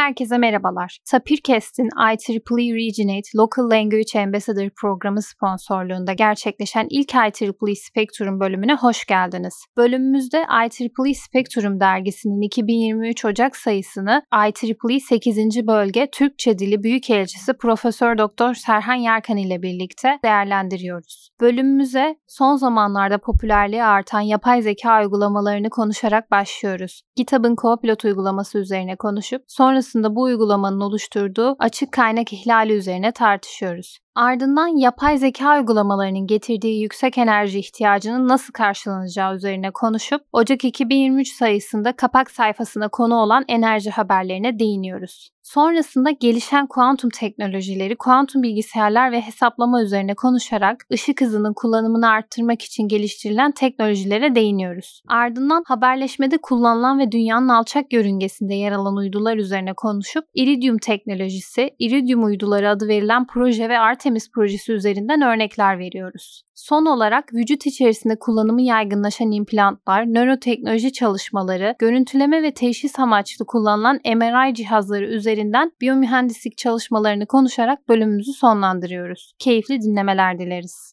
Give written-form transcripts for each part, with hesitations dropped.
Herkese merhabalar. Tapircast'in IEEE Reginate Local Language Ambassador programı sponsorluğunda gerçekleşen ilk IEEE Spectrum bölümüne hoş geldiniz. Bölümümüzde IEEE Spectrum dergisinin 2023 Ocak sayısını IEEE 8. Bölge Türkçe Dili Büyükelçisi Profesör Doktor Serhan Yarkan ile birlikte değerlendiriyoruz. Bölümümüze son zamanlarda popülerliği artan yapay zeka uygulamalarını konuşarak başlıyoruz. GitHub'ın Copilot uygulaması üzerine konuşup sonrasında bu uygulamanın oluşturduğu açık kaynak ihlali üzerine tartışıyoruz. Ardından yapay zeka uygulamalarının getirdiği yüksek enerji ihtiyacının nasıl karşılanacağı üzerine konuşup Ocak 2023 sayısında kapak sayfasına konu olan enerji haberlerine değiniyoruz. Sonrasında gelişen kuantum teknolojileri, kuantum bilgisayarlar ve hesaplama üzerine konuşarak ışık hızının kullanımını arttırmak için geliştirilen teknolojilere değiniyoruz. Ardından haberleşmede kullanılan ve dünyanın alçak yörüngesinde yer alan uydular üzerine konuşup iridium teknolojisi, iridium uyduları adı verilen proje ve Artemis projesi üzerinden örnekler veriyoruz. Son olarak vücut içerisinde kullanımı yaygınlaşan implantlar, nöroteknoloji çalışmaları, görüntüleme ve teşhis amaçlı kullanılan MRI cihazları üzerinden biyomühendislik çalışmalarını konuşarak bölümümüzü sonlandırıyoruz. Keyifli dinlemeler dileriz.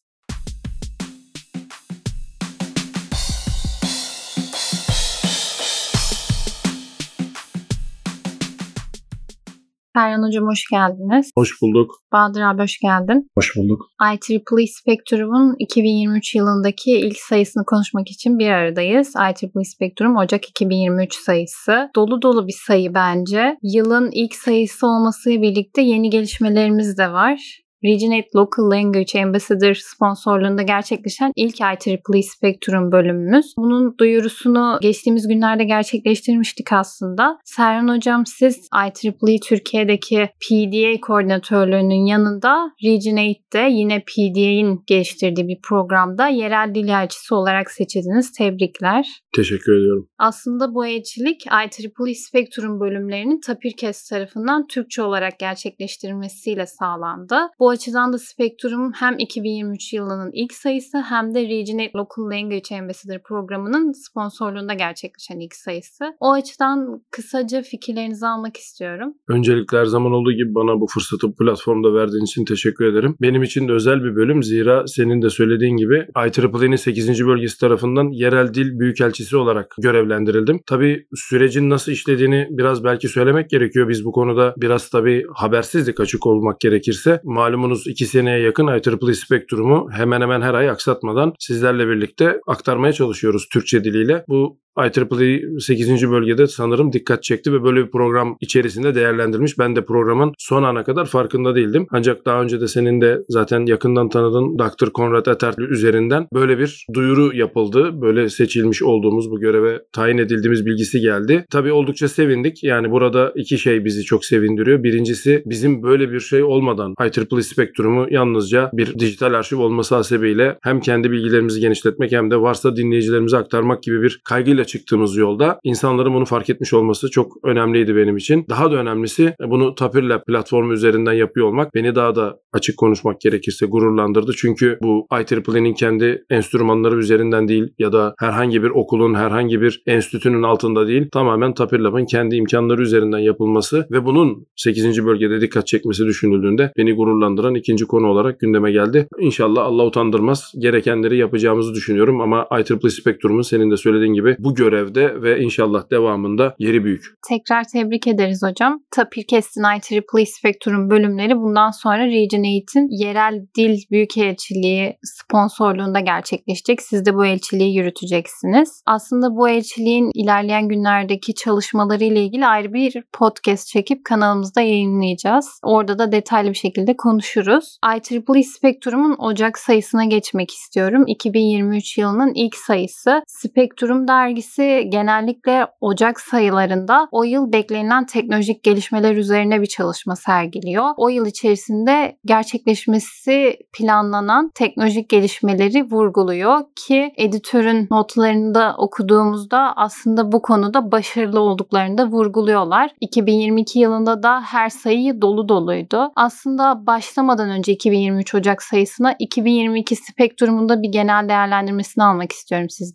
Serhan Hocam hoş geldiniz. Hoş bulduk. Bahadır abi hoş geldin. Hoş bulduk. IEEE Spectrum'un 2023 yılındaki ilk sayısını konuşmak için bir aradayız. IEEE Spectrum Ocak 2023 sayısı. Dolu dolu bir sayı bence. Yılın ilk sayısı olmasıyla birlikte yeni gelişmelerimiz de var. Reginate Local Language Ambassador sponsorluğunda gerçekleşen ilk IEEE Spectrum bölümümüz. Bunun duyurusunu geçtiğimiz günlerde gerçekleştirmiştik aslında. Serhan Hocam siz IEEE Türkiye'deki PDA koordinatörlüğünün yanında Reginate'de yine PDA'nin geliştirdiği bir programda yerel dil elçisi olarak seçildiniz. Tebrikler. Teşekkür ediyorum. Aslında bu elçilik IEEE Spectrum bölümlerinin Tapircast tarafından Türkçe olarak gerçekleştirilmesiyle sağlandı. Bu açıdan da Spectrum hem 2023 yılının ilk sayısı hem de Reginate Local Language Ambassador programının sponsorluğunda gerçekleşen ilk sayısı. O açıdan kısaca fikirlerinizi almak istiyorum. Öncelikle her zaman olduğu gibi bana bu fırsatı platformda verdiğin için teşekkür ederim. Benim için de özel bir bölüm. Zira senin de söylediğin gibi IEEE'nin 8. bölgesi tarafından yerel dil büyükelçisi olarak görevlendirildim. Tabii sürecin nasıl işlediğini biraz belki söylemek gerekiyor. Biz bu konuda biraz tabii habersizlik, açık olmak gerekirse. Malumunuz 2 seneye yakın IEEE Spectrum'u hemen hemen her ay aksatmadan sizlerle birlikte aktarmaya çalışıyoruz Türkçe diliyle. Bu IEEE 8. bölgede sanırım dikkat çekti ve böyle bir program içerisinde değerlendirilmiş. Ben de programın son ana kadar farkında değildim. Ancak daha önce de senin de zaten yakından tanıdığın Dr. Konrad Etterl üzerinden böyle bir duyuru yapıldı. Böyle seçilmiş olduğumuz, bu göreve tayin edildiğimiz bilgisi geldi. Tabii oldukça sevindik. Yani burada iki şey bizi çok sevindiriyor. Birincisi bizim böyle bir şey olmadan IEEE Spectrum'u yalnızca bir dijital arşiv olması hasebiyle hem kendi bilgilerimizi genişletmek hem de varsa dinleyicilerimize aktarmak gibi bir kaygıyla çıktığımız yolda insanların bunu fark etmiş olması çok önemliydi benim için. Daha da önemlisi bunu Tapirlab platformu üzerinden yapıyor olmak beni daha da açık konuşmak gerekirse gururlandırdı. Çünkü bu IEEE'nin kendi enstrümanları üzerinden değil ya da herhangi bir okulun, herhangi bir enstitünün altında değil, tamamen Tapirlab'ın kendi imkanları üzerinden yapılması ve bunun 8. bölgede dikkat çekmesi düşünüldüğünde beni gururlandıran ikinci konu olarak gündeme geldi. İnşallah Allah utandırmaz. Gerekenleri yapacağımızı düşünüyorum ama IEEE Spectrum'un senin de söylediğin gibi bu görevde ve inşallah devamında yeri büyük. Tekrar tebrik ederiz hocam. Tapircast'in IEEE Spectrum bölümleri bundan sonra Reginate'in yerel dil büyükelçiliği sponsorluğunda gerçekleşecek. Siz de bu elçiliği yürüteceksiniz. Aslında bu elçiliğin ilerleyen günlerdeki çalışmaları ile ilgili ayrı bir podcast çekip kanalımızda yayınlayacağız. Orada da detaylı bir şekilde konuşuruz. IEEE Spectrum'un Ocak sayısına geçmek istiyorum. 2023 yılının ilk sayısı. Spectrum dergisi genellikle Ocak sayılarında o yıl beklenilen teknolojik gelişmeler üzerine bir çalışma sergiliyor. O yıl içerisinde gerçekleşmesi planlanan teknolojik gelişmeleri vurguluyor ki editörün notlarında okuduğumuzda aslında bu konuda başarılı olduklarını da vurguluyorlar. 2022 yılında da her sayı dolu doluydu. Aslında başlamadan önce 2023 Ocak sayısına 2022 Spektrum'un da bir genel değerlendirmesini almak istiyorum sizden.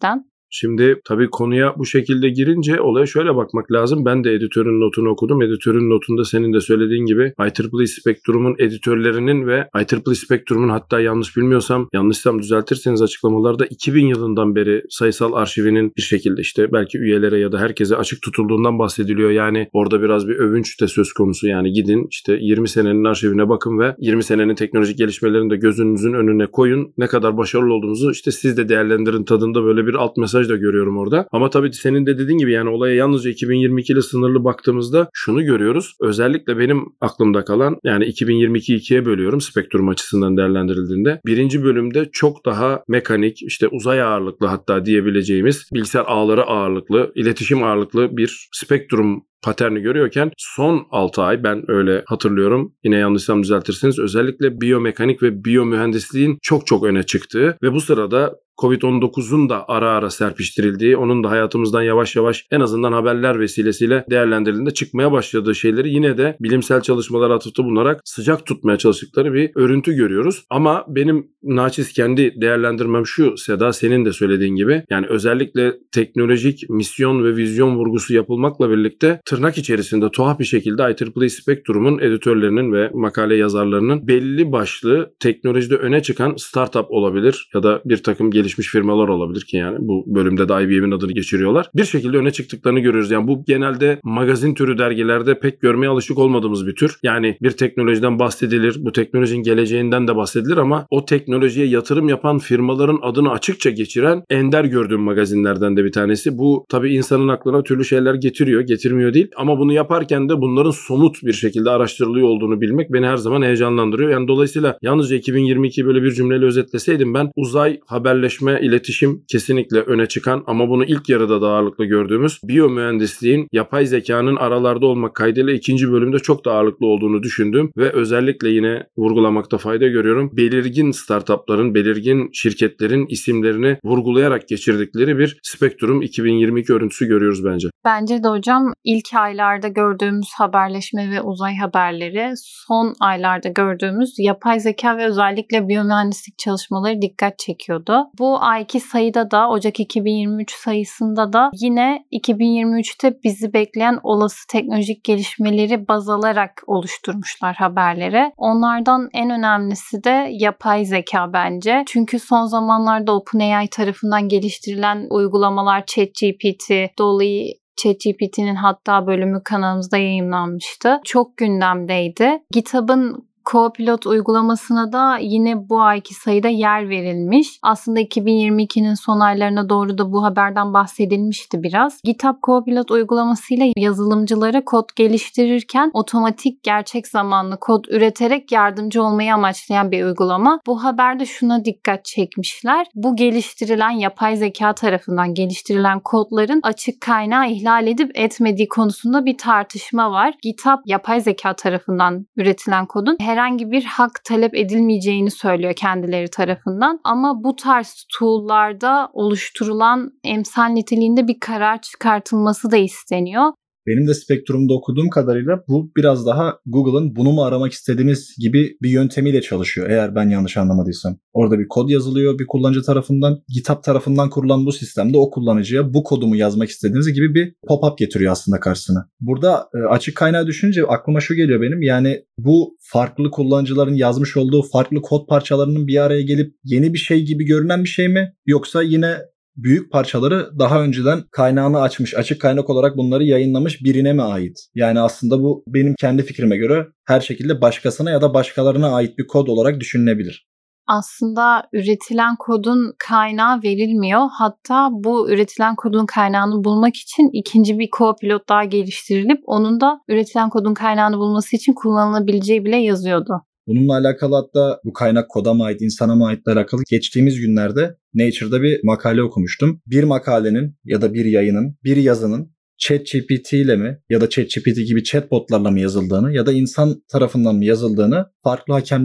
Şimdi tabii konuya bu şekilde girince olaya şöyle bakmak lazım. Ben de editörün notunu okudum. Editörün notunda senin de söylediğin gibi IEEE Spectrum'un editörlerinin ve IEEE Spectrum'un, hatta yanlışsam düzeltirseniz açıklamalarda, 2000 yılından beri sayısal arşivinin bir şekilde işte belki üyelere ya da herkese açık tutulduğundan bahsediliyor. Yani orada biraz bir övünç de söz konusu. Yani gidin işte 20 senenin arşivine bakın ve 20 senenin teknolojik gelişmelerini de gözünüzün önüne koyun. Ne kadar başarılı olduğunuzu işte siz de değerlendirin tadında böyle bir alt mesaj da görüyorum orada. Ama tabii senin de dediğin gibi yani olaya yalnızca 2022 ile sınırlı baktığımızda şunu görüyoruz. Özellikle benim aklımda kalan, yani 2022'yi ikiye bölüyorum spektrum açısından değerlendirildiğinde. Birinci bölümde çok daha mekanik, işte uzay ağırlıklı hatta diyebileceğimiz, bilgisayar ağları ağırlıklı, iletişim ağırlıklı bir spektrum paterni görüyorken son 6 ay, ben öyle hatırlıyorum, yine yanlışsam düzeltirsiniz, özellikle biyomekanik ve biyomühendisliğin çok öne çıktığı ve bu sırada Covid-19'un da ara serpiştirildiği, onun da hayatımızdan yavaş yavaş en azından haberler vesilesiyle değerlendirildiğinde çıkmaya başladığı şeyleri yine de bilimsel çalışmalara atıfta bulunarak sıcak tutmaya çalıştıkları bir örüntü görüyoruz. Ama benim naçiz kendi değerlendirmem şu Seda, senin de söylediğin gibi, yani özellikle teknolojik misyon ve vizyon vurgusu yapılmakla birlikte tırnak içerisinde tuhaf bir şekilde IEEE Spectrum'un editörlerinin ve makale yazarlarının belli başlı teknolojide öne çıkan startup olabilir ya da bir takım gelişmiş firmalar olabilir ki yani bu bölümde de IBM'in adını geçiriyorlar. Bir şekilde öne çıktıklarını görüyoruz. Yani bu genelde magazin türü dergilerde pek görmeye alışık olmadığımız bir tür. Yani bir teknolojiden bahsedilir, bu teknolojinin geleceğinden de bahsedilir ama o teknolojiye yatırım yapan firmaların adını açıkça geçiren ender gördüğüm magazinlerden de bir tanesi. Bu tabii insanın aklına türlü şeyler getiriyor, getirmiyor değil. Ama bunu yaparken de bunların somut bir şekilde araştırılıyor olduğunu bilmek beni her zaman heyecanlandırıyor. Yani dolayısıyla yalnızca 2022 böyle bir cümleyle özetleseydim ben, uzay, haberleşme, iletişim kesinlikle öne çıkan ama bunu ilk yarıda da ağırlıklı gördüğümüz biyomühendisliğin, yapay zekanın aralarda olmak kaydıyla ikinci bölümde çok da ağırlıklı olduğunu düşündüm ve özellikle yine vurgulamakta fayda görüyorum. Belirgin startupların, belirgin şirketlerin isimlerini vurgulayarak geçirdikleri bir Spektrum 2022 örüntüsü görüyoruz bence. Bence de hocam ilk aylarda gördüğümüz haberleşme ve uzay haberleri, son aylarda gördüğümüz yapay zeka ve özellikle biyomühendislik çalışmaları dikkat çekiyordu. Bu ayki sayıda da, Ocak 2023 sayısında da yine 2023'te bizi bekleyen olası teknolojik gelişmeleri baz alarak oluşturmuşlar haberleri. Onlardan en önemlisi de yapay zeka bence. Çünkü son zamanlarda OpenAI tarafından geliştirilen uygulamalar ChatGPT, DALL-E, ChatGPT'nin hatta bölümü kanalımızda yayımlanmıştı. Çok gündemdeydi. GitHub'ın Copilot uygulamasına da yine bu ayki sayıda yer verilmiş. Aslında 2022'nin son aylarına doğru da bu haberden bahsedilmişti biraz. GitHub Copilot uygulamasıyla yazılımcılara kod geliştirirken otomatik gerçek zamanlı kod üreterek yardımcı olmayı amaçlayan bir uygulama. Bu haberde şuna dikkat çekmişler. Bu geliştirilen, yapay zeka tarafından geliştirilen kodların açık kaynağı ihlal edip etmediği konusunda bir tartışma var. GitHub yapay zeka tarafından üretilen kodun herhangi bir hak talep edilmeyeceğini söylüyor kendileri tarafından. Ama bu tarz tool'larda oluşturulan emsal niteliğinde bir karar çıkartılması da isteniyor. Benim de Spectrum'da okuduğum kadarıyla bu biraz daha Google'ın bunu mu aramak istediğiniz gibi bir yöntemiyle çalışıyor, eğer ben yanlış anlamadıysam. Orada bir kod yazılıyor bir kullanıcı tarafından. GitHub tarafından kurulan bu sistemde o kullanıcıya bu kodu mu yazmak istediğiniz gibi bir pop-up getiriyor aslında karşısına. Burada açık kaynağı düşününce aklıma şu geliyor benim. Yani bu farklı kullanıcıların yazmış olduğu farklı kod parçalarının bir araya gelip yeni bir şey gibi görünen bir şey mi? Yoksa yine büyük parçaları daha önceden kaynağını açmış, açık kaynak olarak bunları yayınlamış birine mi ait? Yani aslında bu benim kendi fikrime göre her şekilde başkasına ya da başkalarına ait bir kod olarak düşünülebilir. Aslında üretilen kodun kaynağı verilmiyor. Hatta bu üretilen kodun kaynağını bulmak için ikinci bir Copilot daha geliştirilip onun da üretilen kodun kaynağını bulması için kullanılabileceği bile yazıyordu. Bununla alakalı hatta bu kaynak koda mı ait, insana mı aitle alakalı geçtiğimiz günlerde Nature'da bir makale okumuştum. Bir makalenin ya da bir yayının, bir yazının ChatGPT ile mi ya da ChatGPT gibi chatbotlarla mı yazıldığını ya da insan tarafından mı yazıldığını farklı hakemlere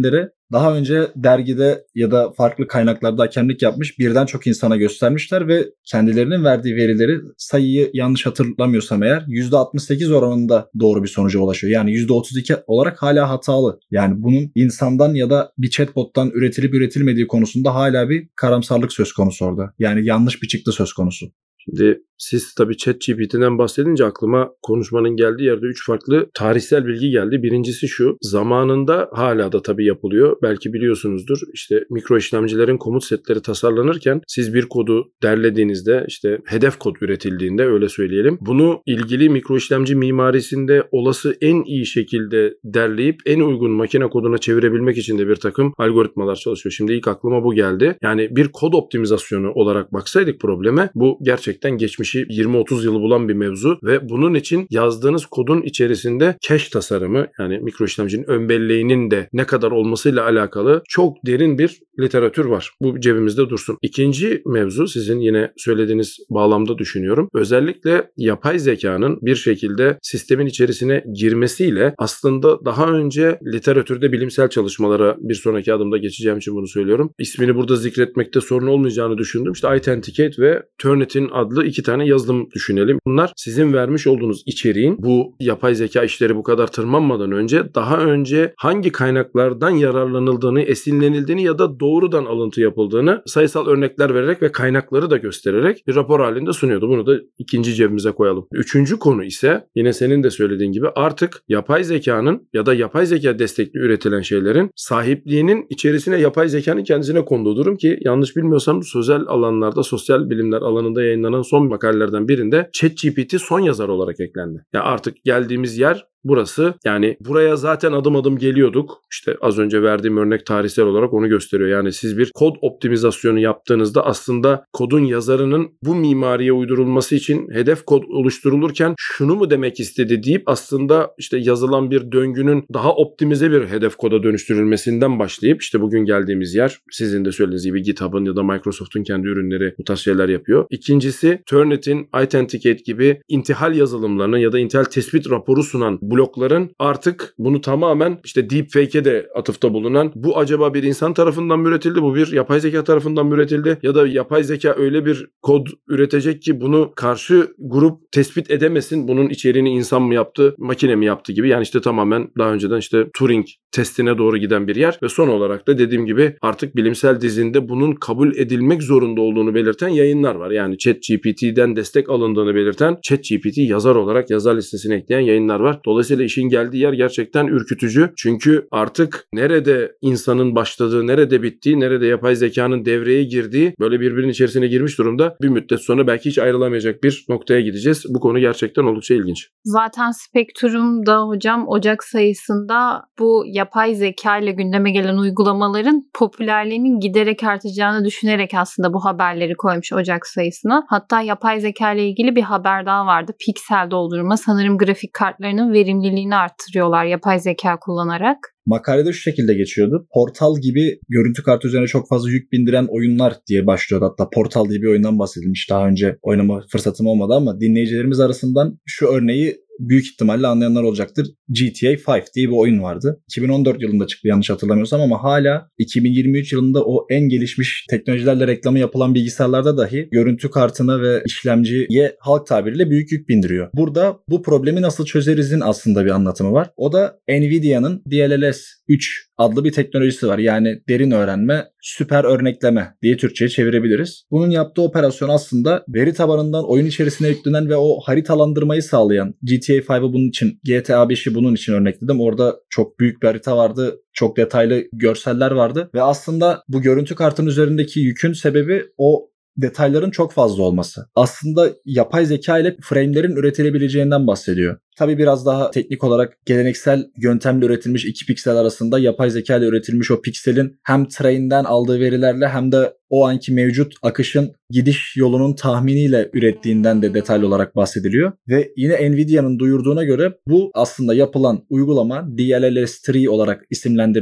daha önce dergide ya da farklı kaynaklarda hakemlik yapmış birden çok insana göstermişler ve kendilerinin verdiği verileri, sayıyı yanlış hatırlamıyorsam eğer, %68 oranında doğru bir sonuca ulaşıyor. Yani %32 olarak hala hatalı. Yani bunun insandan ya da bir chatbot'tan üretilip üretilmediği konusunda hala bir karamsarlık söz konusu orada. Yani yanlış bir çıktı söz konusu. Şimdi siz tabii ChatGPT'den bahsedince aklıma konuşmanın geldiği yerde 3 farklı tarihsel bilgi geldi. Birincisi şu: zamanında, hala da tabii yapılıyor, belki biliyorsunuzdur, işte mikro işlemcilerin komut setleri tasarlanırken siz bir kodu derlediğinizde, işte hedef kod üretildiğinde öyle söyleyelim, bunu ilgili mikro işlemci mimarisinde olası en iyi şekilde derleyip en uygun makine koduna çevirebilmek için de bir takım algoritmalar çalışıyor. Şimdi ilk aklıma bu geldi. Yani bir kod optimizasyonu olarak baksaydık probleme, bu gerçekten geçmişi 20-30 yılı bulan bir mevzu ve bunun için yazdığınız kodun içerisinde cache tasarımı, yani mikro işlemcinin ön belleğinin de ne kadar olmasıyla alakalı çok derin bir literatür var. Bu cebimizde dursun. İkinci mevzu, sizin yine söylediğiniz bağlamda düşünüyorum. Özellikle yapay zekanın bir şekilde sistemin içerisine girmesiyle aslında daha önce literatürde bilimsel çalışmalara bir sonraki adımda geçeceğim için bunu söylüyorum. İsmini burada zikretmekte sorun olmayacağını düşündüm. İşte Authenticate ve Turnitin adlı 2 tane yazılım düşünelim. Bunlar sizin vermiş olduğunuz içeriğin bu yapay zeka işleri bu kadar tırmanmadan önce daha önce hangi kaynaklardan yararlanıldığını, esinlenildiğini ya da doğrudan alıntı yapıldığını sayısal örnekler vererek ve kaynakları da göstererek bir rapor halinde sunuyordu. Bunu da ikinci cebimize koyalım. Üçüncü konu ise yine senin de söylediğin gibi artık yapay zekanın ya da yapay zeka destekli üretilen şeylerin sahipliğinin içerisine yapay zekanın kendisine konduğu durum ki yanlış bilmiyorsam sözel alanlarda, sosyal bilimler alanında yayınlanan son makalelerden birinde ChatGPT son yazar olarak eklendi. Yani artık geldiğimiz yer burası. Yani buraya zaten adım adım geliyorduk. İşte az önce verdiğim örnek tarihsel olarak onu gösteriyor. Yani siz bir kod optimizasyonu yaptığınızda aslında kodun yazarının bu mimariye uydurulması için hedef kod oluşturulurken şunu mu demek istedi deyip aslında işte yazılan bir döngünün daha optimize bir hedef koda dönüştürülmesinden başlayıp işte bugün geldiğimiz yer, sizin de söylediğiniz gibi GitHub'ın ya da Microsoft'un kendi ürünleri bu tarz şeyler yapıyor. İkincisi, Turnitin, Authenticate gibi intihal yazılımlarının ya da intihal tespit raporu sunan blokların artık bunu tamamen işte deepfake'e de atıfta bulunan, bu acaba bir insan tarafından mı üretildi, bu bir yapay zeka tarafından mı üretildi ya da yapay zeka öyle bir kod üretecek ki bunu karşı grup tespit edemesin, bunun içeriğini insan mı yaptı, makine mi yaptı gibi, yani işte tamamen daha önceden işte Turing testine doğru giden bir yer ve son olarak da dediğim gibi artık bilimsel dizinde bunun kabul edilmek zorunda olduğunu belirten yayınlar var. Yani ChatGPT'den destek alındığını belirten, ChatGPT yazar olarak yazar listesine ekleyen yayınlar var. Dolayısıyla işin geldiği yer gerçekten ürkütücü. Çünkü artık nerede insanın başladığı, nerede bittiği, nerede yapay zekanın devreye girdiği böyle birbirinin içerisine girmiş durumda. Bir müddet sonra belki hiç ayrılamayacak bir noktaya gideceğiz. Bu konu gerçekten oldukça ilginç. Zaten Spektrum'da hocam Ocak sayısında bu yapay zeka ile gündeme gelen uygulamaların popülerliğinin giderek artacağını düşünerek aslında bu haberleri koymuş Ocak sayısına. Hatta yapay zeka ile ilgili bir haber daha vardı. Piksel doldurma, sanırım grafik kartlarının verimliliğini arttırıyorlar yapay zeka kullanarak. Makalede şu şekilde geçiyordu. Portal gibi görüntü kartı üzerine çok fazla yük bindiren oyunlar diye başlıyordu. Hatta Portal diye bir oyundan bahsedilmiş. Daha önce oynama fırsatım olmadı ama dinleyicilerimiz arasından şu örneği büyük ihtimalle anlayanlar olacaktır. GTA 5 diye bir oyun vardı. 2014 yılında çıktı yanlış hatırlamıyorsam ama hala 2023 yılında o en gelişmiş teknolojilerle reklamı yapılan bilgisayarlarda dahi görüntü kartına ve işlemciye halk tabiriyle büyük yük bindiriyor. Burada bu problemi nasıl çözeriz'in aslında bir anlatımı var. O da Nvidia'nın DLSS 3 adlı bir teknolojisi var. Yani derin öğrenme, süper örnekleme diye Türkçe'ye çevirebiliriz. Bunun yaptığı operasyon aslında veri tabanından oyun içerisine yüklenen ve o haritalandırmayı sağlayan, GTA 5'ı bunun için, GTA 5'i bunun için örnekledim. Orada çok büyük bir harita vardı. Çok detaylı görseller vardı. Ve aslında bu görüntü kartının üzerindeki yükün sebebi o detayların çok fazla olması. Aslında yapay zeka ile frame'lerin üretilebileceğinden bahsediyor. Tabii biraz daha teknik olarak geleneksel yöntemle üretilmiş 2 piksel arasında yapay zeka ile üretilmiş o pikselin hem train'den aldığı verilerle hem de o anki mevcut akışın gidiş yolunun tahminiyle ürettiğinden de detaylı olarak bahsediliyor. Ve yine Nvidia'nın duyurduğuna göre bu aslında yapılan uygulama DLSS 3 olarak isimlendirilen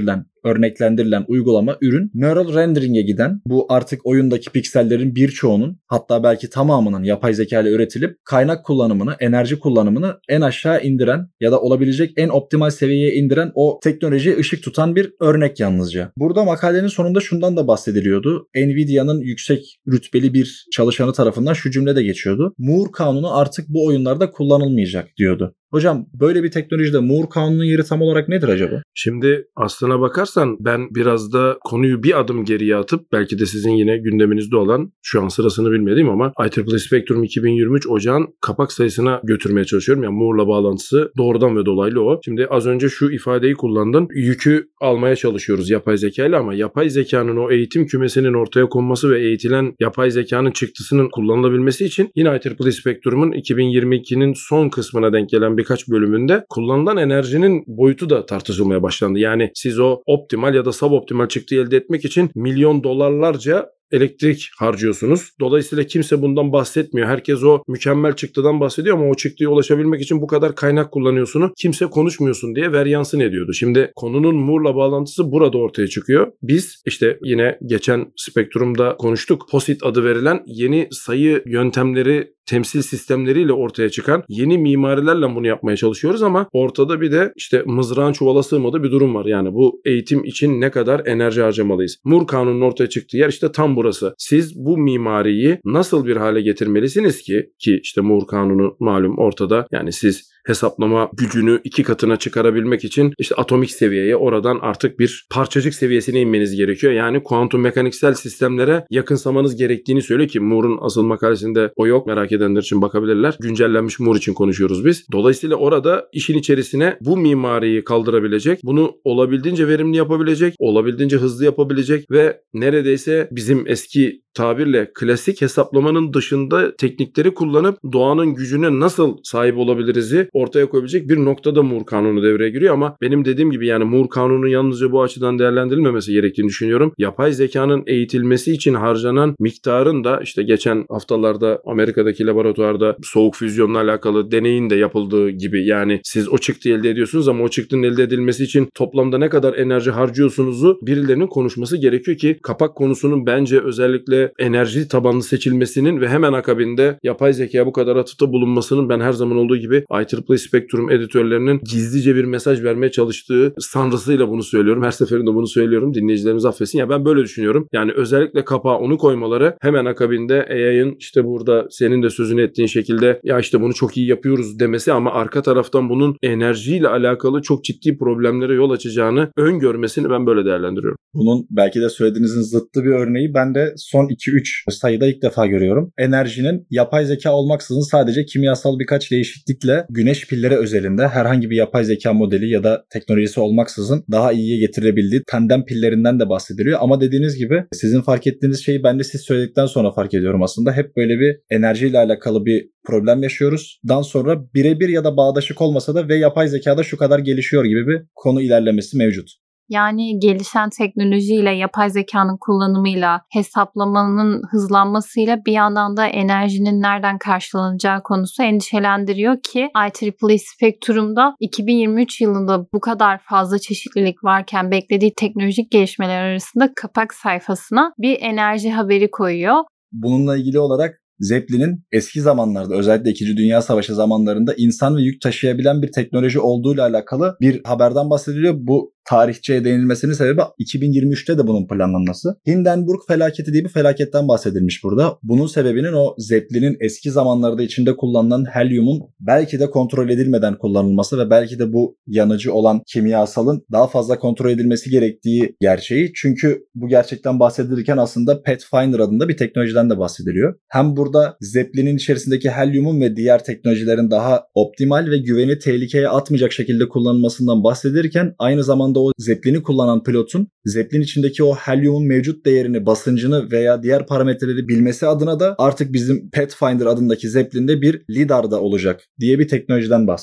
örneklendirilen uygulama, ürün neural rendering'e giden, bu artık oyundaki piksellerin birçoğunun, hatta belki tamamının yapay zeka ile üretilip kaynak kullanımını, enerji kullanımını en aşağı indiren ya da olabilecek en optimal seviyeye indiren o teknolojiye ışık tutan bir örnek yalnızca. Burada makalenin sonunda şundan da bahsediliyordu. Nvidia'nın yüksek rütbeli bir çalışanı tarafından şu cümle de geçiyordu. Moore kanunu artık bu oyunlarda kullanılmayacak diyordu. Hocam böyle bir teknolojide Moore kanunun yeri tam olarak nedir acaba? Şimdi aslına bakarsan ben biraz da konuyu bir adım geriye atıp belki de sizin yine gündeminizde olan, şu an sırasını bilmediğim ama IEEE Spectrum 2023 ocağın kapak sayısına götürmeye çalışıyorum. Yani Moore'la bağlantısı doğrudan ve dolaylı o. Şimdi az önce şu ifadeyi kullandın. Yükü almaya çalışıyoruz yapay zeka ile ama yapay zekanın o eğitim kümesinin ortaya konması ve eğitilen yapay zekanın çıktısının kullanılabilmesi için yine IEEE Spectrum'un 2022'nin son kısmına denk gelen birkaç bölümünde kullanılan enerjinin boyutu da tartışılmaya başlandı. Yani siz o optimal ya da suboptimal çıktıyı elde etmek için milyon dolarlarca elektrik harcıyorsunuz. Dolayısıyla kimse bundan bahsetmiyor. Herkes o mükemmel çıktıdan bahsediyor ama o çıktıya ulaşabilmek için bu kadar kaynak kullanıyorsunuz. Kimse konuşmuyorsun diye veryansın ediyordu. Şimdi konunun Moore'la bağlantısı burada ortaya çıkıyor. Biz işte yine geçen Spektrum'da konuştuk. POSIT adı verilen yeni sayı yöntemleri, temsil sistemleriyle ortaya çıkan yeni mimarilerle bunu yapmaya çalışıyoruz ama ortada bir de işte mızrağın çuvala sığmadığı bir durum var. Yani bu eğitim için ne kadar enerji harcamalıyız? Moore kanunun ortaya çıktığı yer işte tam burası. Siz bu mimariyi nasıl bir hale getirmelisiniz ki işte Moore kanunu malum ortada. Yani siz hesaplama gücünü 2 katına çıkarabilmek için işte atomik seviyeye, oradan artık bir parçacık seviyesine inmeniz gerekiyor. Yani kuantum mekaniksel sistemlere yakınsamanız gerektiğini söylüyor ki Moore'un asıl makalesinde o yok. Merak edenler için bakabilirler. Güncellenmiş Moore için konuşuyoruz biz. Dolayısıyla orada işin içerisine bu mimariyi kaldırabilecek, bunu olabildiğince verimli yapabilecek, olabildiğince hızlı yapabilecek ve neredeyse bizim eski tabirle klasik hesaplamanın dışında teknikleri kullanıp doğanın gücüne nasıl sahip olabiliriz'i ortaya koyabilecek bir noktada Moore kanunu devreye giriyor ama benim dediğim gibi yani Moore kanunu yalnızca bu açıdan değerlendirilmemesi gerektiğini düşünüyorum. Yapay zekanın eğitilmesi için harcanan miktarın da işte geçen haftalarda Amerika'daki laboratuvarda soğuk füzyonla alakalı deneyin de yapıldığı gibi, yani siz o çıktıyı elde ediyorsunuz ama o çıktının elde edilmesi için toplamda ne kadar enerji harcıyorsunuzu birilerinin konuşması gerekiyor ki kapak konusunun bence özellikle enerji tabanlı seçilmesinin ve hemen akabinde yapay zekaya bu kadar atıfta bulunmasının ben her zaman olduğu gibi IEEE Spectrum editörlerinin gizlice bir mesaj vermeye çalıştığı sanrısıyla bunu söylüyorum. Her seferinde bunu söylüyorum. Dinleyicilerimiz affetsin. Ya ben böyle düşünüyorum. Yani özellikle kapağa onu koymaları, hemen akabinde AI'ın işte burada senin de sözünü ettiğin şekilde ya işte bunu çok iyi yapıyoruz demesi ama arka taraftan bunun enerjiyle alakalı çok ciddi problemlere yol açacağını öngörmesini ben böyle değerlendiriyorum. Bunun belki de söylediğinizin zıttı bir örneği ben de son 2-3 sayıda ilk defa görüyorum. Enerjinin yapay zeka olmaksızın sadece kimyasal birkaç değişiklikle güneş pilleri özelinde herhangi bir yapay zeka modeli ya da teknolojisi olmaksızın daha iyiye getirebildiği tandem pillerinden de bahsediliyor. Ama dediğiniz gibi sizin fark ettiğiniz şeyi ben de siz söyledikten sonra fark ediyorum aslında. Hep böyle bir enerjiyle alakalı bir problem yaşıyoruz. Dan sonra birebir ya da bağdaşık olmasa da ve yapay zekada şu kadar gelişiyor gibi bir konu ilerlemesi mevcut. Yani gelişen teknolojiyle, yapay zekanın kullanımıyla, hesaplamanın hızlanmasıyla bir yandan da enerjinin nereden karşılanacağı konusu endişelendiriyor ki IEEE Spectrum'da 2023 yılında bu kadar fazla çeşitlilik varken beklediği teknolojik gelişmeler arasında kapak sayfasına bir enerji haberi koyuyor. Bununla ilgili olarak Zeppelin'in eski zamanlarda, özellikle 2. Dünya Savaşı zamanlarında insan ve yük taşıyabilen bir teknoloji olduğuyla alakalı bir haberden bahsediliyor. Bu tarihçeye değinilmesinin sebebi 2023'te de bunun planlanması. Hindenburg felaketi diye bir felaketten bahsedilmiş burada. Bunun sebebinin o Zeppelin'in eski zamanlarda içinde kullanılan helyumun belki de kontrol edilmeden kullanılması ve belki de bu yanıcı olan kimyasalın daha fazla kontrol edilmesi gerektiği gerçeği. Çünkü bu gerçekten bahsedilirken aslında Pathfinder adında bir teknolojiden de bahsediliyor. Hem burada Zeppelin'in içerisindeki helyumun ve diğer teknolojilerin daha optimal ve güveni tehlikeye atmayacak şekilde kullanılmasından bahsedilirken aynı zamanda o Zeppelin'i kullanan pilotun Zeppelin içindeki o helyumun mevcut değerini, basıncını veya diğer parametreleri bilmesi adına da artık bizim Pathfinder adındaki Zeppelin'de bir lidar da olacak diye bir teknolojiden bahsediliyor.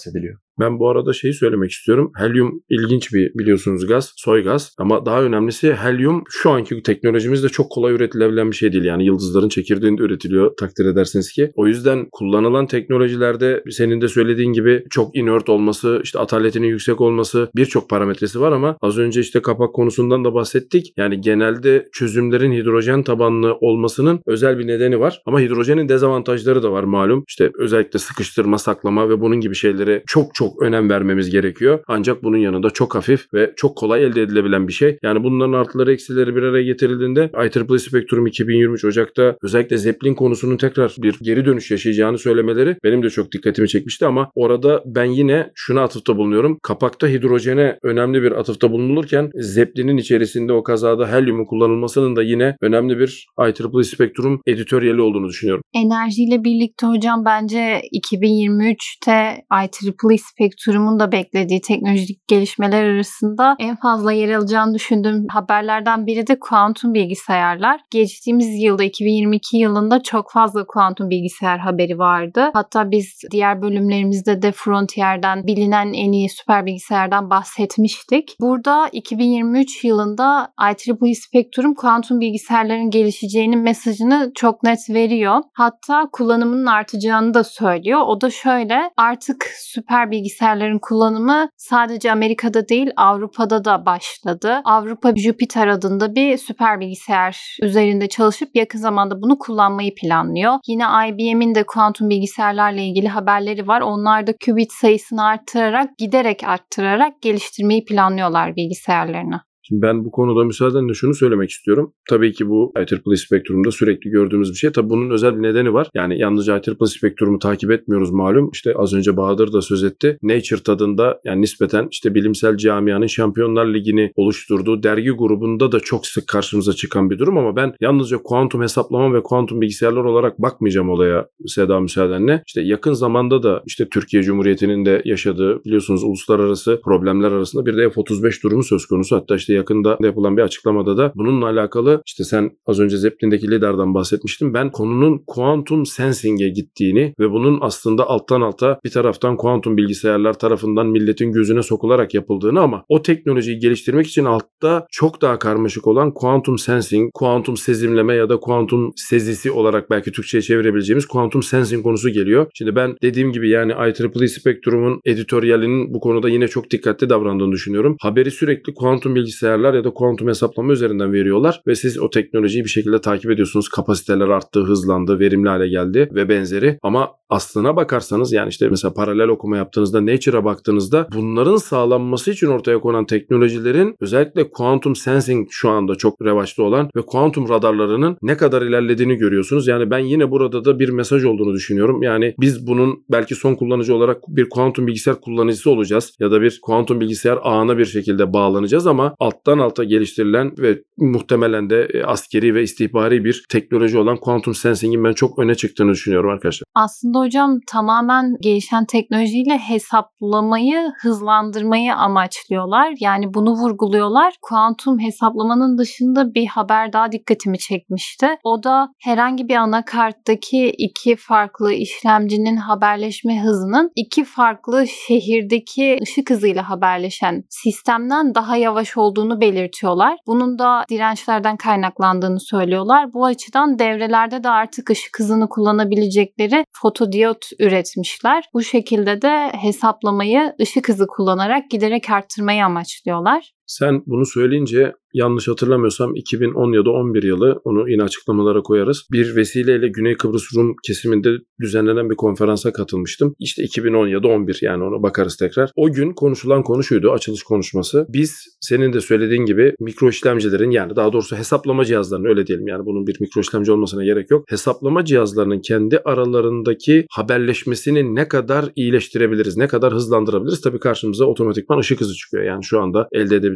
Ben bu arada şeyi söylemek istiyorum. Helyum ilginç bir biliyorsunuz gaz, soy gaz. Ama daha önemlisi helyum şu anki teknolojimizde çok kolay üretilebilen bir şey değil. Yani yıldızların çekirdeğinde üretiliyor takdir edersiniz ki. O yüzden kullanılan teknolojilerde senin de söylediğin gibi çok inert olması, işte ataletinin yüksek olması birçok parametresi var ama az önce işte kapak konusundan da bahsettik. Yani genelde çözümlerin hidrojen tabanlı olmasının özel bir nedeni var. Ama hidrojenin dezavantajları da var malum. İşte özellikle sıkıştırma, saklama ve bunun gibi şeylere çok önem vermemiz gerekiyor. Ancak bunun yanında çok hafif ve çok kolay elde edilebilen bir şey. Yani bunların artıları eksileri bir araya getirildiğinde IEEE Spectrum 2023 Ocak'ta özellikle Zeppelin konusunun tekrar bir geri dönüş yaşayacağını söylemeleri benim de çok dikkatimi çekmişti ama orada ben yine şuna atıfta bulunuyorum. Kapakta hidrojene önemli bir atıfta bulunulurken Zeppelin'in içerisinde o kazada helyumun kullanılmasının da yine önemli bir IEEE Spectrum editoryali olduğunu düşünüyorum. Enerjiyle birlikte hocam bence 2023'te IEEE Spectrum'un da beklediği teknolojik gelişmeler arasında en fazla yer alacağını düşündüğüm haberlerden biri de kuantum bilgisayarlar. Geçtiğimiz yılda 2022 yılında çok fazla kuantum bilgisayar haberi vardı. Hatta biz diğer bölümlerimizde de Frontier'den bilinen en iyi süper bilgisayardan bahsetmiştik. Burada 2023 yılında IEEE Spectrum kuantum bilgisayarların gelişeceğinin mesajını çok net veriyor. Hatta kullanımının artacağını da söylüyor. O da şöyle, artık süper bilgisayarların kullanımı sadece Amerika'da değil Avrupa'da da başladı. Avrupa Jupiter adında bir süper bilgisayar üzerinde çalışıp yakın zamanda bunu kullanmayı planlıyor. Yine IBM'in de kuantum bilgisayarlarla ilgili haberleri var. Onlar da qubit sayısını giderek arttırarak geliştirmeyi planlıyorlar bilgisayarlarını. Şimdi ben bu konuda müsaadenle şunu söylemek istiyorum. Tabii ki bu IEEE Spectrum'da sürekli gördüğümüz bir şey. Tabii bunun özel bir nedeni var. Yani yalnızca IEEE Spectrum'u takip etmiyoruz malum. İşte az önce Bahadır da söz etti. Nature tadında yani nispeten işte bilimsel camianın Şampiyonlar Ligi'ni oluşturduğu dergi grubunda da çok sık karşımıza çıkan bir durum ama ben yalnızca kuantum hesaplama ve kuantum bilgisayarlar olarak bakmayacağım olaya Seda müsaadenle. İşte yakın zamanda da işte Türkiye Cumhuriyeti'nin de yaşadığı biliyorsunuz uluslararası problemler arasında bir de F-35 durumu söz konusu. Hatta işte yakında yapılan bir açıklamada da bununla alakalı işte sen az önce Zeppelin'deki liderden bahsetmiştin. Ben konunun kuantum sensing'e gittiğini ve bunun aslında alttan alta bir taraftan kuantum bilgisayarlar tarafından milletin gözüne sokularak yapıldığını ama o teknolojiyi geliştirmek için altta çok daha karmaşık olan kuantum sensing, kuantum sezimleme ya da kuantum sezisi olarak belki Türkçe'ye çevirebileceğimiz kuantum sensing konusu geliyor. Şimdi ben dediğim gibi yani IEEE Spectrum'un editoryalinin bu konuda yine çok dikkatli davrandığını düşünüyorum. Haberi sürekli kuantum bilgisayarlar ya da kuantum hesaplama üzerinden veriyorlar ve siz o teknolojiyi bir şekilde takip ediyorsunuz. Kapasiteler arttı, hızlandı, verimli hale geldi ve benzeri. Ama aslına bakarsanız yani işte mesela paralel okuma yaptığınızda, Nature'a baktığınızda bunların sağlanması için ortaya konan teknolojilerin özellikle kuantum sensing şu anda çok revaçta olan ve kuantum radarlarının ne kadar ilerlediğini görüyorsunuz. Yani ben yine burada da bir mesaj olduğunu düşünüyorum. Yani biz bunun belki son kullanıcı olarak bir kuantum bilgisayar kullanıcısı olacağız ya da bir kuantum bilgisayar ağına bir şekilde bağlanacağız ama alttan alta geliştirilen ve muhtemelen de askeri ve istihbari bir teknoloji olan kuantum sensing'in ben çok öne çıktığını düşünüyorum arkadaşlar. Aslında hocam tamamen gelişen teknolojiyle hesaplamayı hızlandırmayı amaçlıyorlar. Yani bunu vurguluyorlar. Kuantum hesaplamanın dışında bir haber daha dikkatimi çekmişti. O da herhangi bir anakarttaki iki farklı işlemcinin haberleşme hızının iki farklı şehirdeki ışık hızıyla haberleşen sistemden daha yavaş olduğunu belirtiyorlar. Bunun da dirençlerden kaynaklandığını söylüyorlar. Bu açıdan devrelerde de artık ışık hızını kullanabilecekleri fotodiyot üretmişler. Bu şekilde de hesaplamayı ışık hızı kullanarak giderek arttırmayı amaçlıyorlar. Sen bunu söyleyince yanlış hatırlamıyorsam 2010 ya da 11 yılı onu yine açıklamalara koyarız. Bir vesileyle Güney Kıbrıs Rum kesiminde düzenlenen bir konferansa katılmıştım. İşte 2010 ya da 11 yani ona bakarız tekrar. O gün konuşulan konu şuydu açılış konuşması. Biz senin de söylediğin gibi mikro işlemcilerin yani daha doğrusu hesaplama cihazlarının öyle diyelim yani bunun bir mikro işlemci olmasına gerek yok. Hesaplama cihazlarının kendi aralarındaki haberleşmesini ne kadar iyileştirebiliriz, ne kadar hızlandırabiliriz? Tabii karşımıza otomatikman ışık hızı çıkıyor. Yani şu anda elde edebildiğimiz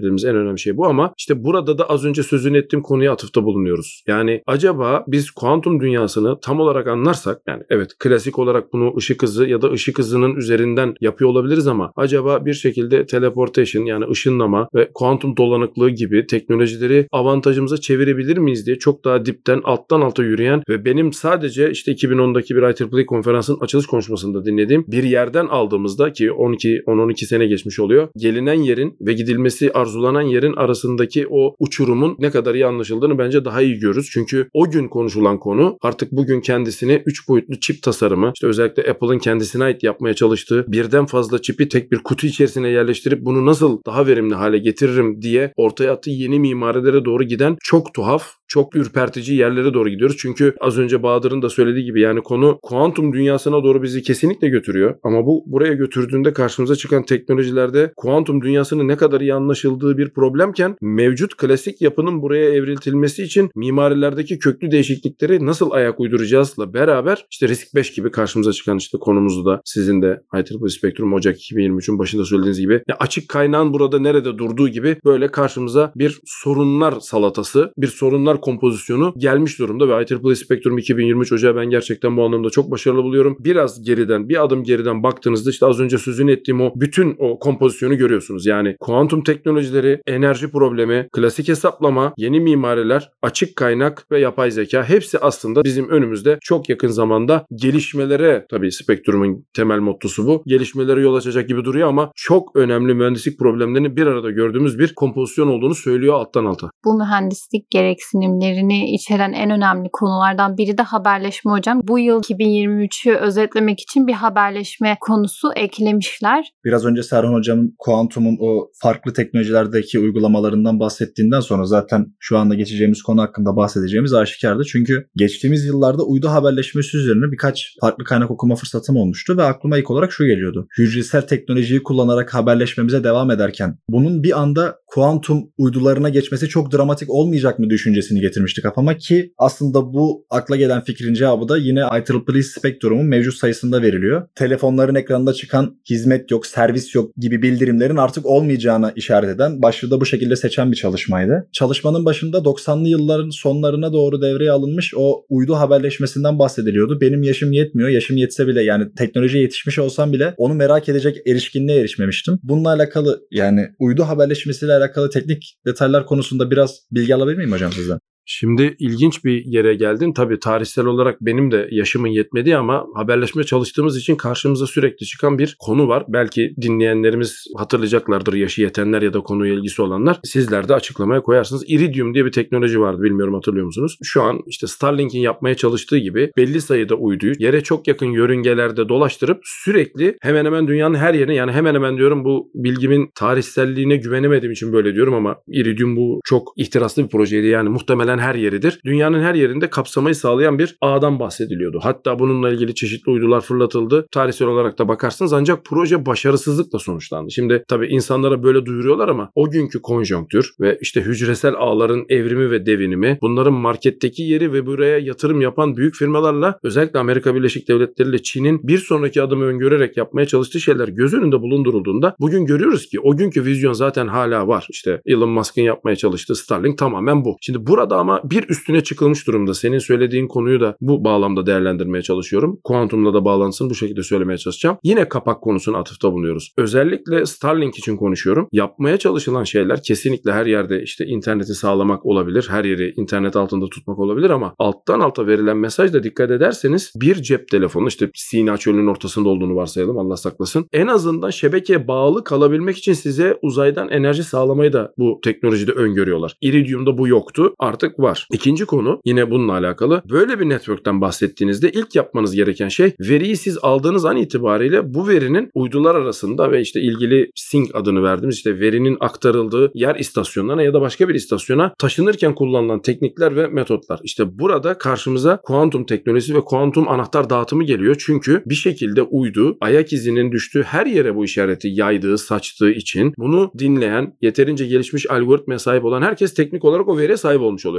edebildiğimiz en önemli şey bu ama işte burada da az önce sözünü ettiğim konuya atıfta bulunuyoruz. Yani acaba biz kuantum dünyasını tam olarak anlarsak, yani evet klasik olarak bunu ışık hızı ya da ışık hızının üzerinden yapıyor olabiliriz ama acaba bir şekilde teleportation yani ışınlama ve kuantum dolanıklığı gibi teknolojileri avantajımıza çevirebilir miyiz diye çok daha dipten alttan alta yürüyen ve benim sadece işte 2010'daki bir IEEE konferansın açılış konuşmasında dinlediğim bir yerden aldığımızda ki 10-12 sene geçmiş oluyor. Gelinen yerin ve gidilmesi arzulanan yerin arasındaki o uçurumun ne kadar iyi anlaşıldığını bence daha iyi görürüz. Çünkü o gün konuşulan konu artık bugün kendisini 3 boyutlu çip tasarımı, işte özellikle Apple'ın kendisine ait yapmaya çalıştığı birden fazla çipi tek bir kutu içerisine yerleştirip bunu nasıl daha verimli hale getiririm diye ortaya attığı yeni mimarilere doğru giden çok tuhaf, çok ürpertici yerlere doğru gidiyoruz. Çünkü az önce Bahadır'ın da söylediği gibi yani konu kuantum dünyasına doğru bizi kesinlikle götürüyor. Ama bu buraya götürdüğünde karşımıza çıkan teknolojilerde kuantum dünyasının ne kadar iyi anlaşıldığı bir problemken mevcut klasik yapının buraya evriltilmesi için mimarilerdeki köklü değişiklikleri nasıl ayak uyduracağızla beraber işte Risk 5 gibi karşımıza çıkan işte konumuzu da sizin de IEEE Spectrum Ocak 2023'ün başında söylediğiniz gibi açık kaynağın burada nerede durduğu gibi böyle karşımıza bir sorunlar salatası, bir sorunlar kompozisyonu gelmiş durumda ve IEEE Spectrum 2023 Ocağı ben gerçekten bu anlamda çok başarılı buluyorum. Biraz geriden, bir adım geriden baktığınızda işte az önce sözünü ettiğim o bütün o kompozisyonu görüyorsunuz. Yani kuantum teknolojileri, enerji problemi, klasik hesaplama, yeni mimariler, açık kaynak ve yapay zeka hepsi aslında bizim önümüzde çok yakın zamanda gelişmelere, tabii Spectrum'un temel mottosu bu, gelişmelere yol açacak gibi duruyor ama çok önemli mühendislik problemlerini bir arada gördüğümüz bir kompozisyon olduğunu söylüyor alttan alta. Bu mühendislik gereksinimlerini içeren en önemli konulardan biri de haberleşme hocam. Bu yıl 2023'ü özetlemek için bir haberleşme konusu eklemişler. Biraz önce Serhan Hocam'ın kuantumun o farklı teknolojilerdeki uygulamalarından bahsettiğinden sonra zaten şu anda geçeceğimiz konu hakkında bahsedeceğimiz aşikardı. Çünkü geçtiğimiz yıllarda uydu haberleşmesi üzerine birkaç farklı kaynak okuma fırsatım olmuştu ve aklıma ilk olarak şu geliyordu. Hücresel teknolojiyi kullanarak haberleşmemize devam ederken bunun bir anda kuantum uydularına geçmesi çok dramatik olmayacak mı düşüncesini getirmişti kafama ki aslında bu akla gelen fikrin cevabı da yine IEEE Spectrum'un mevcut sayısında veriliyor. Telefonların ekranında çıkan hizmet yok, servis yok gibi bildirimlerin artık olmayacağına işaret eden, başlığı da bu şekilde seçen bir çalışmaydı. Çalışmanın başında 90'lı yılların sonlarına doğru devreye alınmış o uydu haberleşmesinden bahsediliyordu. Benim yaşım yetmiyor. Yaşım yetse bile yani teknolojiye yetişmiş olsam bile onu merak edecek erişkinliğe erişmemiştim. Bununla alakalı yani uydu haberleşmesiyle alakalı teknik detaylar konusunda biraz bilgi alabilir miyim hocam sizden? Şimdi ilginç bir yere geldin. Tabii tarihsel olarak benim de yaşımın yetmediği ama haberleşme çalıştığımız için karşımıza sürekli çıkan bir konu var. Belki dinleyenlerimiz hatırlayacaklardır, yaşı yetenler ya da konuya ilgisi olanlar. Sizler de açıklamaya koyarsınız. Iridium diye bir teknoloji vardı. Bilmiyorum hatırlıyor musunuz? Şu an işte Starlink'in yapmaya çalıştığı gibi belli sayıda uyduyu yere çok yakın yörüngelerde dolaştırıp sürekli hemen hemen dünyanın her yerine, yani hemen hemen diyorum, bu bilgimin tarihselliğine güvenemediğim için böyle diyorum ama Iridium bu çok ihtiraslı bir projeydi. Yani muhtemelen her yeridir. Dünyanın her yerinde kapsamayı sağlayan bir ağdan bahsediliyordu. Hatta bununla ilgili çeşitli uydular fırlatıldı. Tarihsel olarak da bakarsınız ancak proje başarısızlıkla sonuçlandı. Şimdi tabii insanlara böyle duyuruyorlar ama o günkü konjonktür ve işte hücresel ağların evrimi ve devinimi, bunların marketteki yeri ve buraya yatırım yapan büyük firmalarla özellikle Amerika Birleşik Devletleri ile Çin'in bir sonraki adımı öngörerek yapmaya çalıştığı şeyler göz önünde bulundurulduğunda bugün görüyoruz ki o günkü vizyon zaten hala var. İşte Elon Musk'ın yapmaya çalıştığı Starlink tamamen bu. Şimdi burada ama bir üstüne çıkılmış durumda. Senin söylediğin konuyu da bu bağlamda değerlendirmeye çalışıyorum. Kuantumla da bağlantısını bu şekilde söylemeye çalışacağım. Yine kapak konusuna atıfta bulunuyoruz. Özellikle Starlink için konuşuyorum. Yapmaya çalışılan şeyler kesinlikle her yerde işte interneti sağlamak olabilir. Her yeri internet altında tutmak olabilir ama alttan alta verilen mesajda dikkat ederseniz bir cep telefonu, işte Sina Çölü'nün ortasında olduğunu varsayalım, Allah saklasın, en azından şebekeye bağlı kalabilmek için size uzaydan enerji sağlamayı da bu teknolojide öngörüyorlar. Iridium'da bu yoktu. Artık var. İkinci konu yine bununla alakalı. Böyle bir network'ten bahsettiğinizde ilk yapmanız gereken şey, veriyi siz aldığınız an itibariyle bu verinin uydular arasında ve işte ilgili sync adını verdiğimiz işte verinin aktarıldığı yer istasyonlarına ya da başka bir istasyona taşınırken kullanılan teknikler ve metotlar. İşte burada karşımıza kuantum teknolojisi ve kuantum anahtar dağıtımı geliyor. Çünkü bir şekilde uydu ayak izinin düştüğü her yere bu işareti yaydığı, saçtığı için bunu dinleyen, yeterince gelişmiş algoritmaya sahip olan herkes teknik olarak o veriye sahip olmuş oluyor.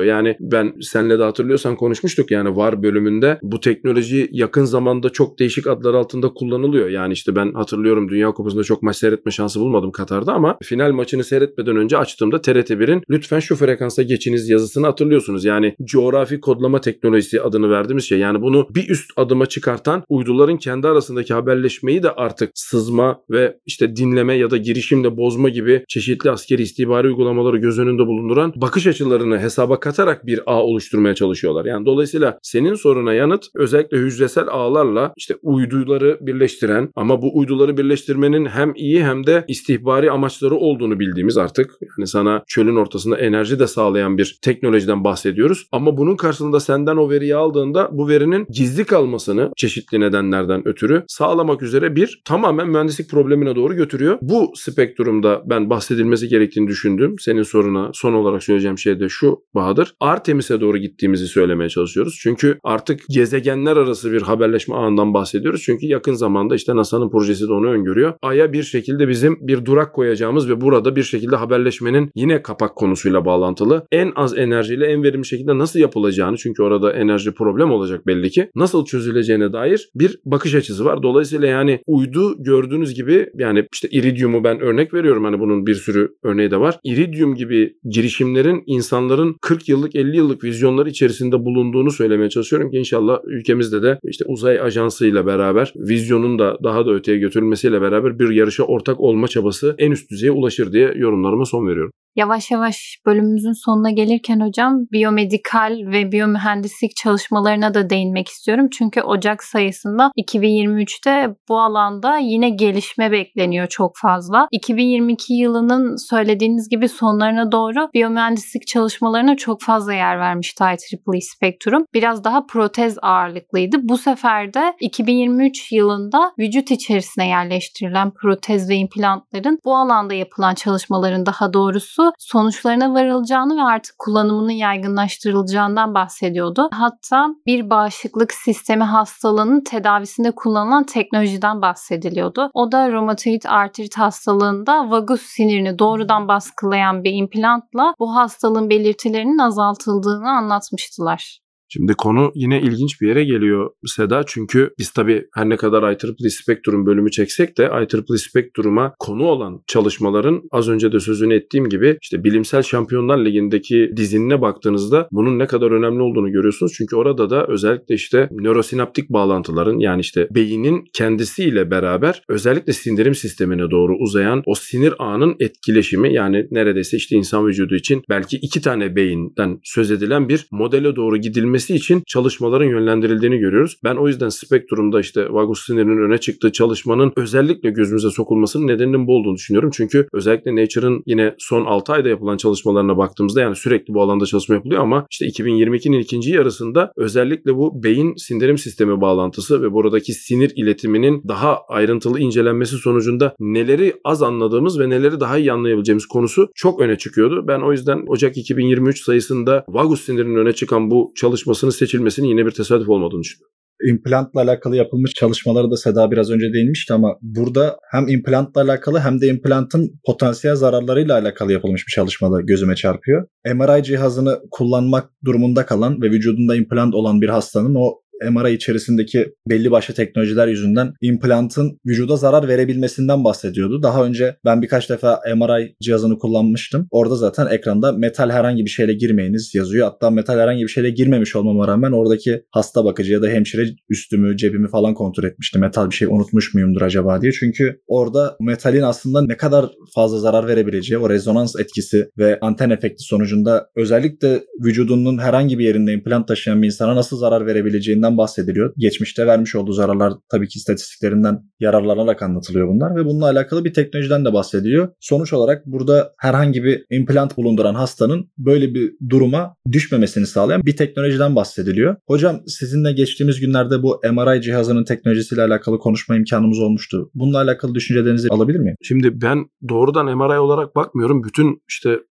Yani ben senle de hatırlıyorsan konuşmuştuk, yani VAR bölümünde bu teknoloji yakın zamanda çok değişik adlar altında kullanılıyor. Yani işte ben hatırlıyorum, Dünya Kupası'nda çok maç seyretme şansı bulmadım Katar'da ama final maçını seyretmeden önce açtığımda TRT1'in lütfen şu frekansa geçiniz yazısını hatırlıyorsunuz. Yani coğrafi kodlama teknolojisi adını verdiğimiz şey. Yani bunu bir üst adıma çıkartan, uyduların kendi arasındaki haberleşmeyi de artık sızma ve işte dinleme ya da girişimle bozma gibi çeşitli askeri istihbari uygulamaları göz önünde bulunduran bakış açılarını hesaba katarak bir ağ oluşturmaya çalışıyorlar. Yani dolayısıyla senin soruna yanıt, özellikle hücresel ağlarla işte uyduları birleştiren ama bu uyduları birleştirmenin hem iyi hem de istihbari amaçları olduğunu bildiğimiz, artık yani sana çölün ortasında enerji de sağlayan bir teknolojiden bahsediyoruz. Ama bunun karşılığında senden o veriyi aldığında bu verinin gizli kalmasını çeşitli nedenlerden ötürü sağlamak üzere bir tamamen mühendislik problemine doğru götürüyor. Bu spektrumda ben bahsedilmesi gerektiğini düşündüm. Senin soruna son olarak söyleyeceğim şey de şu Bahadır. Artemis'e doğru gittiğimizi söylemeye çalışıyoruz. Çünkü artık gezegenler arası bir haberleşme ağından bahsediyoruz. Çünkü yakın zamanda işte NASA'nın projesi de onu öngörüyor. Ay'a bir şekilde bizim bir durak koyacağımız ve burada bir şekilde haberleşmenin yine kapak konusuyla bağlantılı en az enerjiyle en verimli şekilde nasıl yapılacağını, çünkü orada enerji problem olacak belli ki, nasıl çözüleceğine dair bir bakış açısı var. Dolayısıyla yani uydu gördüğünüz gibi, yani işte iridiumu ben örnek veriyorum, hani bunun bir sürü örneği de var. İridium gibi girişimlerin insanların 40 yıllık 50 yıllık vizyonları içerisinde bulunduğunu söylemeye çalışıyorum ki inşallah ülkemizde de işte uzay ajansıyla beraber vizyonun da daha da öteye götürülmesiyle beraber bir yarışa ortak olma çabası en üst düzeye ulaşır diye yorumlarıma son veriyorum. Yavaş yavaş bölümümüzün sonuna gelirken hocam biyomedikal ve biyomühendislik çalışmalarına da değinmek istiyorum. Çünkü Ocak sayısında 2023'te bu alanda yine gelişme bekleniyor çok fazla. 2022 yılının söylediğiniz gibi sonlarına doğru biyomühendislik çalışmalarına çok fazla yer vermişti IEEE Spektrum. Biraz daha protez ağırlıklıydı. Bu sefer de 2023 yılında vücut içerisine yerleştirilen protez ve implantların bu alanda yapılan çalışmaların daha doğrusu sonuçlarına varılacağını ve artık kullanımının yaygınlaştırılacağından bahsediyordu. Hatta bir bağışıklık sistemi hastalığının tedavisinde kullanılan teknolojiden bahsediliyordu. O da romatoid artrit hastalığında vagus sinirini doğrudan baskılayan bir implantla bu hastalığın belirtilerinin azaltıldığını anlatmıştılar. Şimdi konu yine ilginç bir yere geliyor Seda. Çünkü biz tabii her ne kadar IEEE Spektrum bölümü çeksek de IEEE Spektrum'a konu olan çalışmaların az önce de sözünü ettiğim gibi işte Bilimsel Şampiyonlar Ligi'ndeki dizinine baktığınızda bunun ne kadar önemli olduğunu görüyorsunuz. Çünkü orada da özellikle işte nörosinaptik bağlantıların, yani işte beynin kendisiyle beraber özellikle sindirim sistemine doğru uzayan o sinir ağının etkileşimi, yani neredeyse işte insan vücudu için belki 2 tane beyinden söz edilen bir modele doğru gidilmesi için çalışmaların yönlendirildiğini görüyoruz. Ben o yüzden spektrumda işte vagus sinirinin öne çıktığı çalışmanın özellikle gözümüze sokulmasının nedeninin bu olduğunu düşünüyorum. Çünkü özellikle Nature'ın yine son 6 ayda yapılan çalışmalarına baktığımızda, yani sürekli bu alanda çalışma yapılıyor ama işte 2022'nin ikinci yarısında özellikle bu beyin sindirim sistemi bağlantısı ve buradaki sinir iletiminin daha ayrıntılı incelenmesi sonucunda neleri az anladığımız ve neleri daha iyi anlayabileceğimiz konusu çok öne çıkıyordu. Ben o yüzden Ocak 2023 sayısında vagus sinirinin öne çıkan bu çalışmasının seçilmesinin yine bir tesadüf olmadığını düşünüyorum. İmplantla alakalı yapılmış çalışmaları da Seda biraz önce değinmişti ama burada hem implantla alakalı hem de implantın potansiyel zararlarıyla alakalı yapılmış bir çalışmada gözüme çarpıyor. MRI cihazını kullanmak durumunda kalan ve vücudunda implant olan bir hastanın o MRI içerisindeki belli başlı teknolojiler yüzünden implantın vücuda zarar verebilmesinden bahsediyordu. Daha önce ben birkaç defa MRI cihazını kullanmıştım. Orada zaten ekranda metal herhangi bir şeyle girmeyiniz yazıyor. Hatta metal herhangi bir şeyle girmemiş olmama rağmen oradaki hasta bakıcı ya da hemşire üstümü, cebimi falan kontrol etmişti. Metal bir şey unutmuş muyumdur acaba diye. Çünkü orada metalin aslında ne kadar fazla zarar verebileceği, o rezonans etkisi ve anten efekti sonucunda özellikle vücudunun herhangi bir yerinde implant taşıyan bir insana nasıl zarar verebileceğinden bahsediliyor. Geçmişte vermiş olduğu zararlar tabii ki istatistiklerinden yararlanarak anlatılıyor bunlar ve bununla alakalı bir teknolojiden de bahsediliyor. Sonuç olarak burada herhangi bir implant bulunduran hastanın böyle bir duruma düşmemesini sağlayan bir teknolojiden bahsediliyor. Hocam sizinle geçtiğimiz günlerde bu MRI cihazının teknolojisiyle alakalı konuşma imkanımız olmuştu. Bununla alakalı düşüncelerinizi alabilir miyim? Şimdi ben doğrudan MRI olarak bakmıyorum. Bütün işte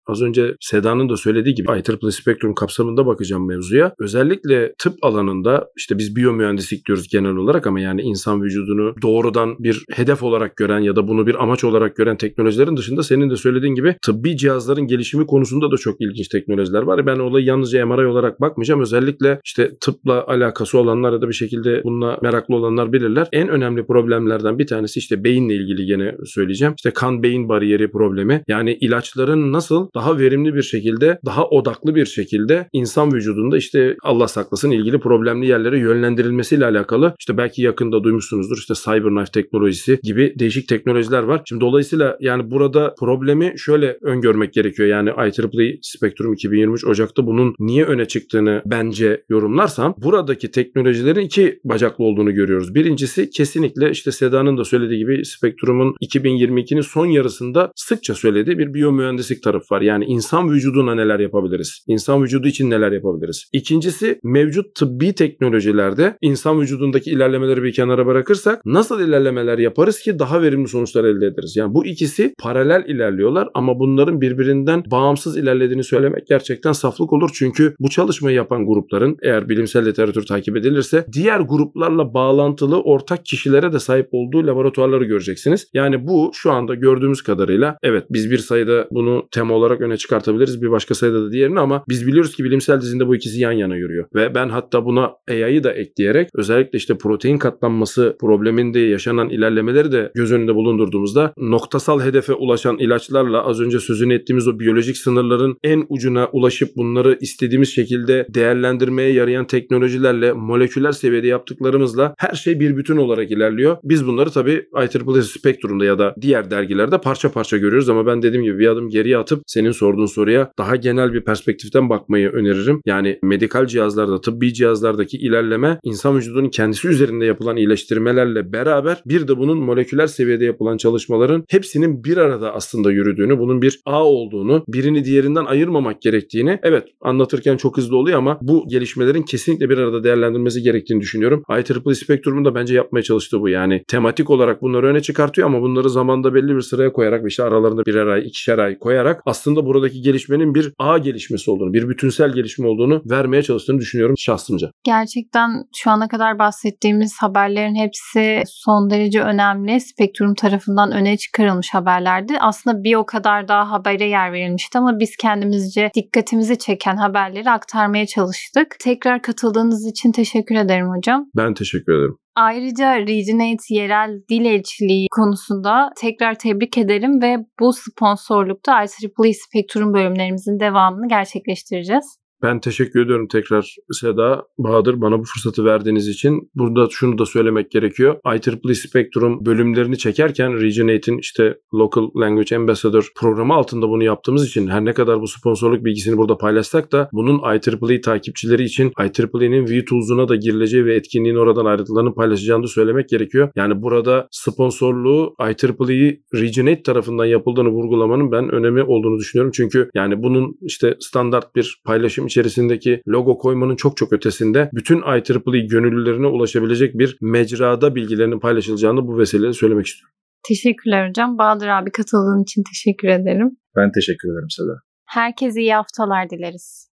az önce Seda'nın da söylediği gibi IEEE Spectrum kapsamında bakacağım mevzuya. Özellikle tıp alanında işte biz biyomühendislik diyoruz genel olarak ama yani insan vücudunu doğrudan bir hedef olarak gören ya da bunu bir amaç olarak gören teknolojilerin dışında senin de söylediğin gibi tıbbi cihazların gelişimi konusunda da çok ilginç teknolojiler var. Ben olayı yalnızca MRI olarak bakmayacağım. Özellikle işte tıpla alakası olanlar ya da bir şekilde bununla meraklı olanlar bilirler. En önemli problemlerden bir tanesi işte beyinle ilgili gene söyleyeceğim. İşte kan-beyin bariyeri problemi. Yani ilaçların nasıl daha verimli bir şekilde, daha odaklı bir şekilde insan vücudunda işte Allah saklasın ilgili problemli yerlere yönlendirilmesiyle alakalı. İşte belki yakında duymuşsunuzdur işte CyberKnife teknolojisi gibi değişik teknolojiler var. Şimdi dolayısıyla yani burada problemi şöyle öngörmek gerekiyor. Yani IEEE Spectrum 2023 Ocak'ta bunun niye öne çıktığını bence yorumlarsam buradaki teknolojilerin iki bacaklı olduğunu görüyoruz. Birincisi kesinlikle işte Seda'nın da söylediği gibi Spectrum'un 2022'nin son yarısında sıkça söylediği bir biyomühendislik tarafı var. Yani insan vücuduna neler yapabiliriz? İnsan vücudu için neler yapabiliriz? İkincisi mevcut tıbbi teknolojilerde insan vücudundaki ilerlemeleri bir kenara bırakırsak nasıl ilerlemeler yaparız ki daha verimli sonuçlar elde ederiz? Yani bu ikisi paralel ilerliyorlar ama bunların birbirinden bağımsız ilerlediğini söylemek gerçekten saflık olur. Çünkü bu çalışmayı yapan grupların eğer bilimsel literatür takip edilirse diğer gruplarla bağlantılı ortak kişilere de sahip olduğu laboratuvarları göreceksiniz. Yani bu şu anda gördüğümüz kadarıyla evet biz bir sayıda bunu tema olarak öne çıkartabiliriz. Bir başka sayıda da diğerini ama biz biliyoruz ki bilimsel dizinde bu ikisi yan yana yürüyor. Ve ben hatta buna AI'yı da ekleyerek özellikle işte protein katlanması probleminde yaşanan ilerlemeleri de göz önünde bulundurduğumuzda noktasal hedefe ulaşan ilaçlarla az önce sözünü ettiğimiz o biyolojik sınırların en ucuna ulaşıp bunları istediğimiz şekilde değerlendirmeye yarayan teknolojilerle moleküler seviyede yaptıklarımızla her şey bir bütün olarak ilerliyor. Biz bunları tabii IEEE Spectrum'da ya da diğer dergilerde parça parça görüyoruz ama ben dediğim gibi bir adım geriye atıp senin sorduğun soruya daha genel bir perspektiften bakmayı öneririm. Yani medikal cihazlarda, tıbbi cihazlardaki ilerleme insan vücudunun kendisi üzerinde yapılan iyileştirmelerle beraber bir de bunun moleküler seviyede yapılan çalışmaların hepsinin bir arada aslında yürüdüğünü, bunun bir ağ olduğunu, birini diğerinden ayırmamak gerektiğini evet anlatırken çok hızlı oluyor ama bu gelişmelerin kesinlikle bir arada değerlendirilmesi gerektiğini düşünüyorum. IEEE Spectrum'un da bence yapmaya çalıştığı bu. Yani tematik olarak bunları öne çıkartıyor ama bunları zamanda belli bir sıraya koyarak işte aralarında birer ay, ikişer ay koyarak aslında buradaki gelişmenin bir ağ gelişmesi olduğunu, bir bütünsel gelişme olduğunu vermeye çalıştığını düşünüyorum şahsımca. Gerçekten şu ana kadar bahsettiğimiz haberlerin hepsi son derece önemli. Spektrum tarafından öne çıkarılmış haberlerdi. Aslında bir o kadar daha habere yer verilmişti ama biz kendimizce dikkatimizi çeken haberleri aktarmaya çalıştık. Tekrar katıldığınız için teşekkür ederim hocam. Ben teşekkür ederim. Ayrıca Regenerate yerel dil elçiliği konusunda tekrar tebrik ederim ve bu sponsorlukta IEEE Spektrum bölümlerimizin devamını gerçekleştireceğiz. Ben teşekkür ediyorum tekrar Seda, Bahadır bana bu fırsatı verdiğiniz için. Burada şunu da söylemek gerekiyor. IEEE Spectrum bölümlerini çekerken Regenate'in işte Local Language Ambassador programı altında bunu yaptığımız için her ne kadar bu sponsorluk bilgisini burada paylaşsak da bunun IEEE takipçileri için IEEE'nin V-Tools'una da girileceği ve etkinliğin oradan ayrıntılarını paylaşacağını da söylemek gerekiyor. Yani burada sponsorluğu IEEE Regenate tarafından yapıldığını vurgulamanın ben önemi olduğunu düşünüyorum. Çünkü yani bunun işte standart bir paylaşım içerisindeki logo koymanın çok çok ötesinde bütün IEEE gönüllülerine ulaşabilecek bir mecrada bilgilerinin paylaşılacağını bu vesileyle söylemek istiyorum. Teşekkürler hocam. Bahadır abi katıldığın için teşekkür ederim. Ben teşekkür ederim Seda. Herkese iyi haftalar dileriz.